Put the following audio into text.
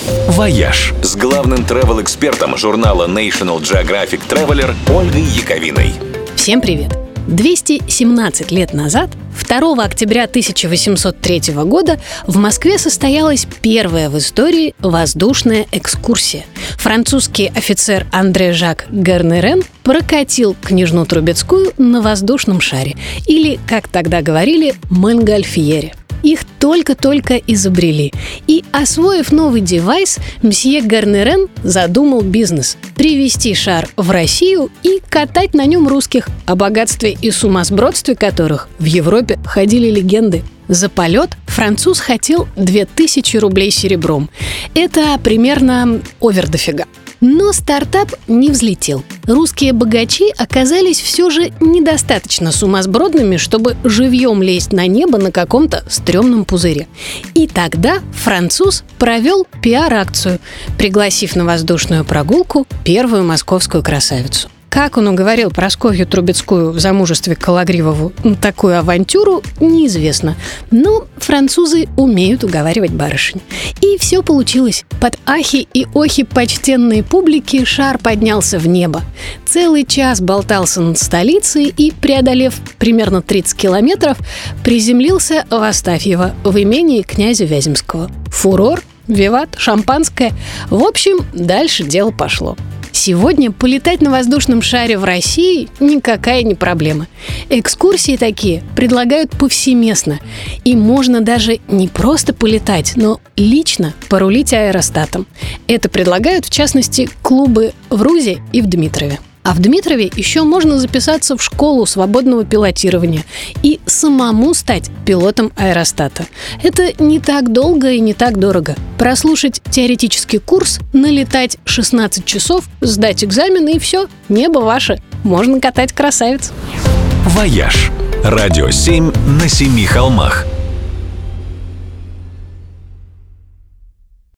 «Вояж» с главным travel-экспертом журнала National Geographic Traveler Ольгой Яковиной. Всем привет! 217 лет назад, 2 октября 1803 года, в Москве состоялась первая в истории воздушная экскурсия. Французский офицер Андре Жак Гарнерен прокатил княжну Трубецкую на воздушном шаре, или, как тогда говорили, Монгольфьере. Их только-только изобрели. И, освоив новый девайс, мсье Гарнерен задумал бизнес – привезти шар в Россию и катать на нем русских, о богатстве и сумасбродстве которых в Европе ходили легенды. За полет француз хотел 2000 рублей серебром. Это примерно овер дофига. Но стартап не взлетел. Русские богачи оказались все же недостаточно сумасбродными, чтобы живьем лезть на небо на каком-то стрёмном пузыре. И тогда француз провел пиар-акцию, пригласив на воздушную прогулку первую московскую красавицу. Как он уговорил Прасковью Трубецкую в замужестве к Калагривову на такую авантюру, неизвестно. Но французы умеют уговаривать барышень. И все получилось. Под ахи и охи почтенной публики шар поднялся в небо. Целый час болтался над столицей и, преодолев примерно 30 километров, приземлился в Астафьево, в имении князя Вяземского. Фурор, виват, шампанское. В общем, дальше дело пошло. Сегодня полетать на воздушном шаре в России никакая не проблема. Экскурсии такие предлагают повсеместно. И можно даже не просто полетать, но лично порулить аэростатом. Это предлагают, в частности, клубы в Рузе и в Дмитрове. А в Дмитрове еще можно записаться в школу свободного пилотирования и самому стать пилотом аэростата. Это не так долго и не так дорого. Прослушать теоретический курс, налетать 16 часов, сдать экзамен и все, небо ваше. Можно катать красавиц. «Вояж» – радио 7 на 7 холмах.